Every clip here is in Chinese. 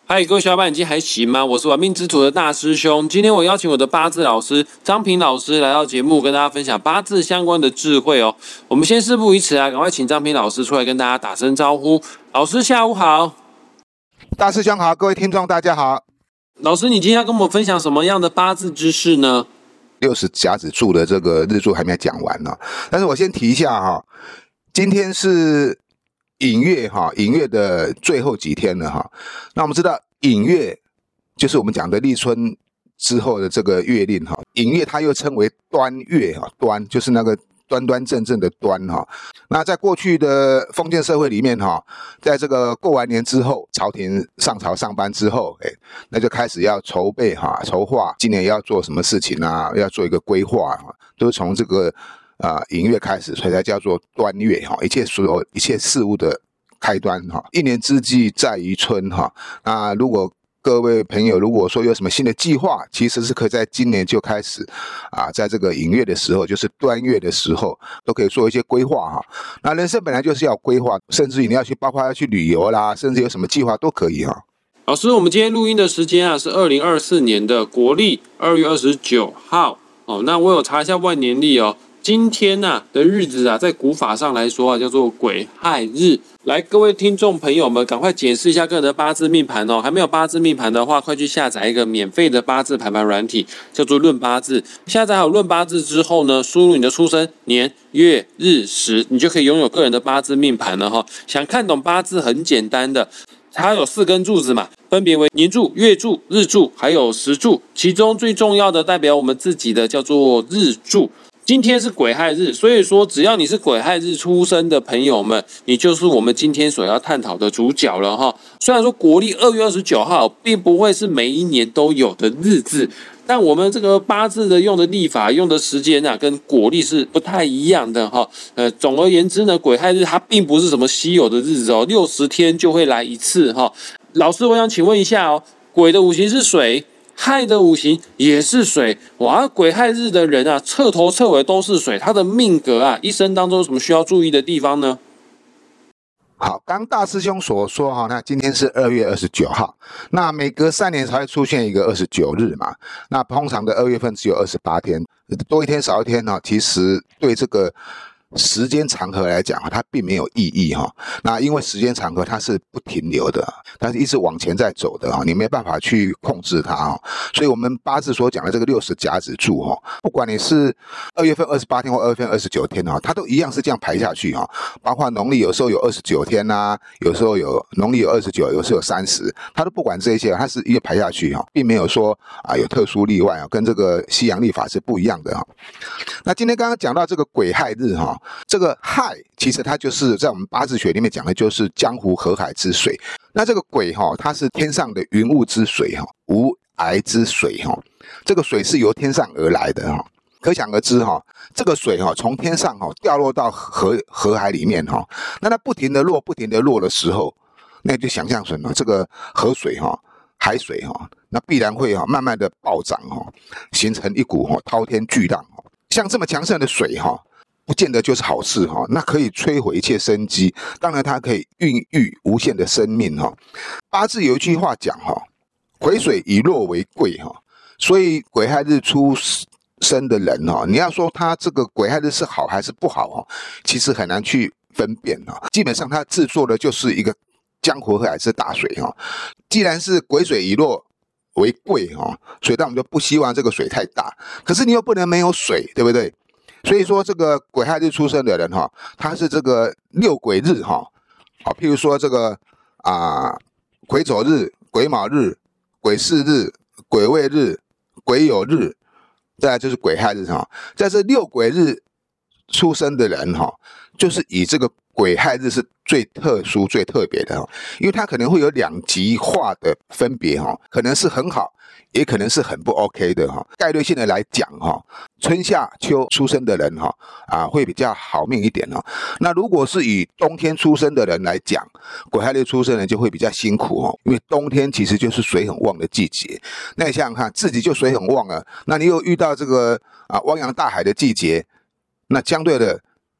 嗨，各位小伙伴，你今天还行吗？我是玩命之徒的大师兄。今天我邀请我的八字老师张平老师来到节目，跟大家分享八字相关的智慧哦。我们先事不宜迟啊，赶快请张平老师出来跟大家打声招呼。老师下午好。 大师兄好，各位听众大家好。 老师，你今天要跟我们分享什么样的八字知识呢 ？60甲子柱的这个日柱还没讲完呢，但是我先提一下哈，今天是寅月哈，寅月的最后几天了哈。那我们知道寅月就是我们讲的立春之后的这个月令哈，寅月它又称为端月哈，端就是那个端端正正的端哈。那在过去的封建社会里面哈，在这个过完年之后，朝廷上朝上班之后，那就开始要筹备哈，筹划今年要做什么事情啊，要做一个规划哈，都是从这个寅月开始，所以才叫做端月哈，一切事物的开端哈。一年之计在于春哈，那如果各位朋友如果说有什么新的计划，其实是可以在今年就开始在这个寅月的时候，就是端月的时候，都可以做一些规划哈。那人生本来就是要规划，甚至于你要去，包括要去旅游啦，甚至有什么计划都可以哈。 老师，我们今天录音的时间啊是2024年的国历2月29号哦。那我有查一下万年历哦。今天的日子在古法上来说叫做癸亥日。来，各位听众朋友们，赶快检视一下个人的八字命盘哦。还没有八字命盘的话，快去下载一个免费的八字排盘软体，叫做论八字。下载好论八字之后呢，输入你的出生年月日时，你就可以拥有个人的八字命盘了哈。想看懂八字很简单的，它有4根柱子嘛，分别为年柱、月柱、日柱，还有时柱。其中最重要的代表我们自己的叫做日柱。今天是癸亥日，所以说只要你是癸亥日出生的朋友们，你就是我们今天所要探讨的主角了哈。虽然说国历2月29号并不会是每一年都有的日子，但我们这个八字的用的历法、用的时间跟国历是不太一样的哈。总而言之呢，癸亥日它并不是什么稀有的日子哦，60天就会来一次哈。老师，我想请问一下哦，癸的五行是水。亥的五行也是水，哇！癸亥日的人彻头彻尾都是水，他的命格一生当中有什么需要注意的地方呢？ 好，刚大师兄所说哈，那今天是2月29号，那每隔3年才会出现一个29日嘛，那通常的2月份只有28天，多一天少一天呢，其实对这个时间长河来讲它并没有意义哈。那因为时间长河它是不停留的，它是一直往前在走的，你没办法去控制它。所以我们八字所讲的这个60甲子柱，不管你是2月份28天或2月份29天，它都一样是这样排下去。包括农历有时候有29天啊，有时候有农历有29，有时候有30，它都不管这些，它是一个排下去，并没有说有特殊例外，跟这个西洋历法是不一样的。那今天刚刚讲到这个癸亥日，这个亥其实它就是在我们八字学里面讲的就是江湖河海之水。那这个癸它是天上的云雾之水，无涯之水，这个水是由天上而来的，可想而知这个水从天上掉落到河海里面，那它不停的落的时候，那就想象成这个河水海水那必然会慢慢的暴涨，形成一股滔天巨浪。像这么强盛的水不见得就是好事那可以摧毁一切生机，当然它可以孕育无限的生命八字有一句话讲癸水以弱为贵所以癸亥日出生的人你要说他这个癸亥日是好还是不好其实很难去分辨基本上他制作的就是一个江湖河海之大水既然是癸水以弱为贵所以当我们就不希望这个水太大，可是你又不能没有水，对不对？所以说这个癸亥日出生的人他是这个6癸日譬如说这个癸丑日、癸卯日、癸巳日、癸未日、癸酉日，再来就是癸亥日在这6癸日出生的人就是以这个癸亥日是最特殊最特别的因为它可能会有2极化的分别可能是很好，也可能是很不 OK 的概率性的来讲春夏秋出生的人会比较好命一点那如果是以冬天出生的人来讲，癸亥日出生的人就会比较辛苦因为冬天其实就是水很旺的季节。那你想想看，自己就水很旺了，那你又遇到这个汪洋大海的季节，那相对的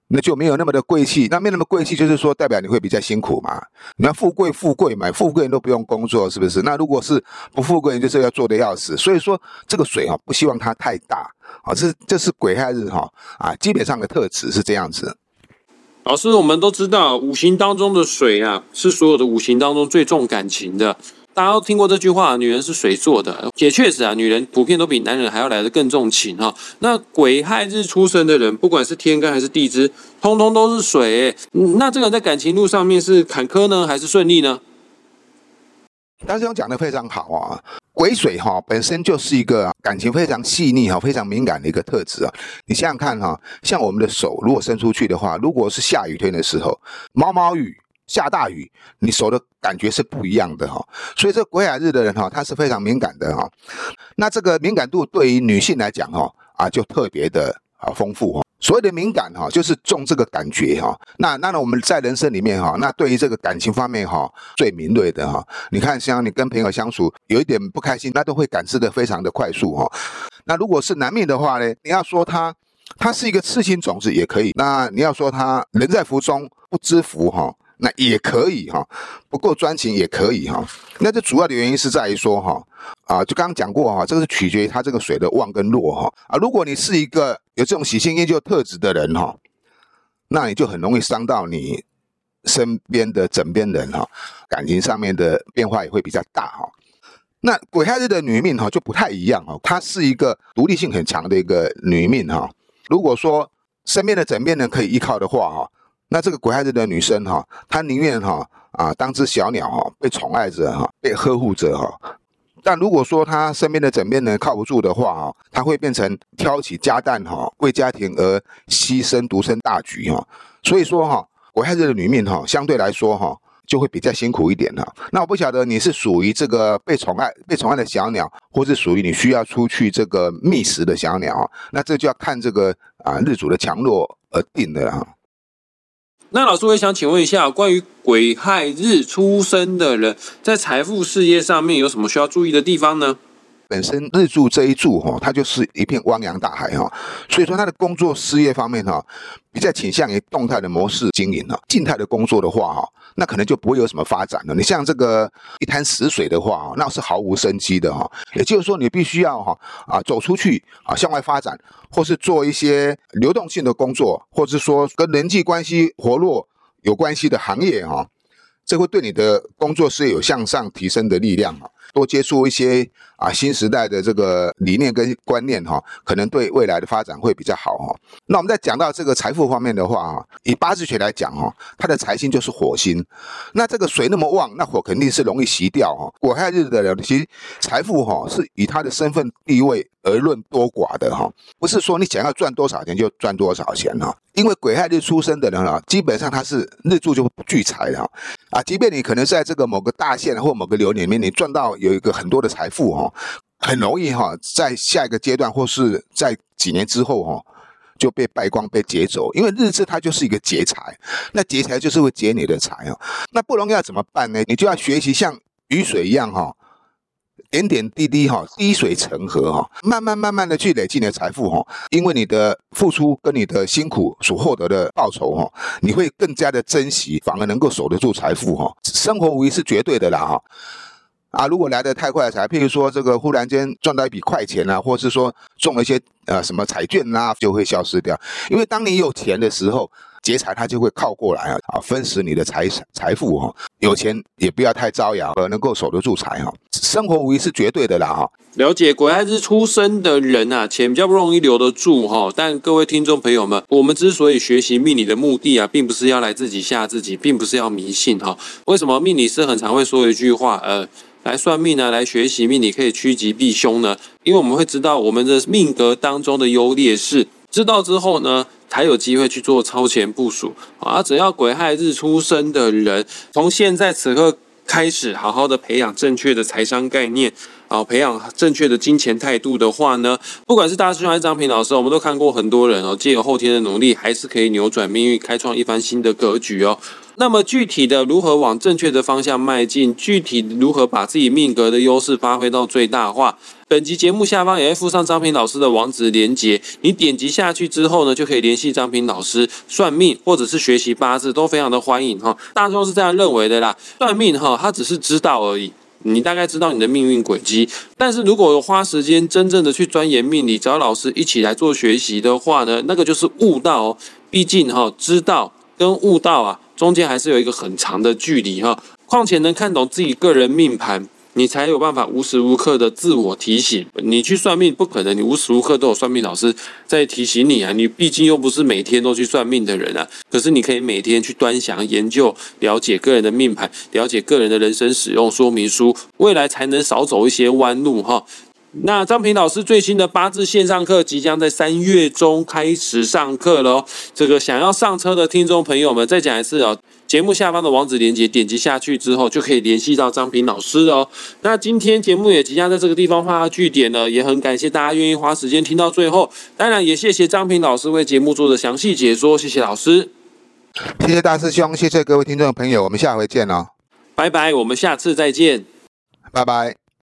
那就没有那么的贵气，那没那么贵气，就是说代表你会比较辛苦嘛。你要富贵嘛，富贵人都不用工作，是不是？那如果是不富贵人，就是要做的要死。所以说这个水不希望它太大这是癸亥日基本上的特质是这样子。 老师，我们都知道五行当中的水是所有的五行当中最重感情的。大家都听过这句话，女人是水做的，也确实女人普遍都比男人还要来得更重情那癸亥日出生的人，不管是天干还是地支，通通都是水那这个在感情路上面是坎坷呢，还是顺利呢？ 大师兄讲得非常好癸水本身就是一个感情非常细腻非常敏感的一个特质你想想看像我们的手如果伸出去的话，如果是下雨天的时候，毛毛雨下大雨，你手的感觉是不一样的所以这癸亥日的人他是非常敏感的那这个敏感度对于女性来讲就特别的丰富所谓的敏感就是重这个感觉那我们在人生里面那对于这个感情方面最敏锐的你看像你跟朋友相处有一点不开心，那都会感知的非常的快速那如果是男命的话呢，你要说他是一个痴情种子也可以，那你要说他人在福中不知福那也可以不够专情也可以那这主要的原因是在于说就刚刚讲过这个是取决于他这个水的旺跟弱如果你是一个有这种喜新厌旧特质的人那你就很容易伤到你身边的枕边人感情上面的变化也会比较大那癸亥日的女命就不太一样她是一个独立性很强的一个女命如果说身边的枕边人可以依靠的话那这个癸亥日的女生她宁愿当只小鸟被宠爱着被呵护着但如果说她身边的枕边人靠不住的话她会变成挑起家担为家庭而牺牲独身大局所以说癸亥日的女命相对来说就会比较辛苦一点那我不晓得你是属于这个被宠爱的小鸟，或是属于你需要出去这个觅食的小鸟那这就要看这个日主的强弱而定的那老师，我也想请问一下，关于癸亥日出生的人，在财富事业上面有什么需要注意的地方呢？ 本身日柱这一柱它就是一片汪洋大海所以说他的工作事业方面比较倾向于动态的模式经营静态的工作的话那可能就不会有什么发展了。你像这个一滩死水的话那是毫无生机的也就是说你必须要走出去向外发展，或是做一些流动性的工作，或是说跟人际关系活络有关系的行业这会对你的工作事业有向上提升的力量多接触一些新时代的这个理念跟观念可能对未来的发展会比较好那我们在讲到这个财富方面的话以八字学来讲它的财星就是火星，那这个水那么旺，那火肯定是容易熄掉癸亥日的人其实财富是以他的身份地位而论多寡的不是说你想要赚多少钱就赚多少钱因为癸亥日出生的人基本上他是日柱就聚财的即便你可能在这个某个大限或某个流年里面你赚到有一个很多的财富很容易在下一个阶段或是在几年之后就被败光被劫走，因为日支它就是一个劫财，那劫财就是会劫你的财那不容易要怎么办呢？你就要学习像雨水一样点点滴滴滴水成河慢慢的去累积你的财富因为你的付出跟你的辛苦所获得的报酬你会更加的珍惜，反而能够守得住财富生活无疑是绝对的啦如果来得太快的财，譬如说这个忽然间赚到一笔快钱或是说中了一些什么彩券就会消失掉。因为当你有钱的时候，劫财它就会靠过来分食你的财富有钱也不要太招摇，能够守得住财生活无疑是绝对的啦了解，癸亥日出生的人钱比较不容易留得住但各位听众朋友们，我们之所以学习命理的目的并不是要来自己吓自己，并不是要迷信为什么命理师很常会说一句话来算命来学习命理可以趋吉避凶呢？因为我们会知道我们的命格当中的优劣势，知道之后呢才有机会去做超前部署只要癸亥日出生的人从现在此刻开始好好的培养正确的财商概念培养正确的金钱态度的话呢，不管是大师兄还是张平老师，我们都看过很多人借由后天的努力还是可以扭转命运，开创一番新的格局那么具体的如何往正确的方向迈进，具体如何把自己命格的优势发挥到最大化，本集节目下方也会附上张平老师的网址连结，你点击下去之后呢，就可以联系张平老师算命或者是学习八字，都非常的欢迎哈。大众是这样认为的啦，算命哈，它只是知道而已。你大概知道你的命运轨迹，但是如果有花时间真正的去钻研命理，找老师一起来做学习的话呢，那个就是悟道哦。毕竟知道跟悟道啊，中间还是有一个很长的距离哈。况且能看懂自己个人命盘，你才有办法无时无刻的自我提醒。你去算命不可能，你无时无刻都有算命老师在提醒你啊。你毕竟又不是每天都去算命的人啊。可是你可以每天去端详、研究、了解个人的命盘，了解个人的人生使用说明书，未来才能少走一些弯路哈。那张平老师最新的八字线上课即将在3月中开始上课了哦。这个想要上车的听众朋友们，再讲一次哦，节目下方的网址连结点击下去之后，就可以联系到张平老师哦。那今天节目也即将在这个地方画下句点了，也很感谢大家愿意花时间听到最后，当然也谢谢张平老师为节目做的详细解说，谢谢老师， 谢谢大师兄，谢谢各位听众朋友，我们下回见哦， 拜拜，我们下次再见， 拜拜。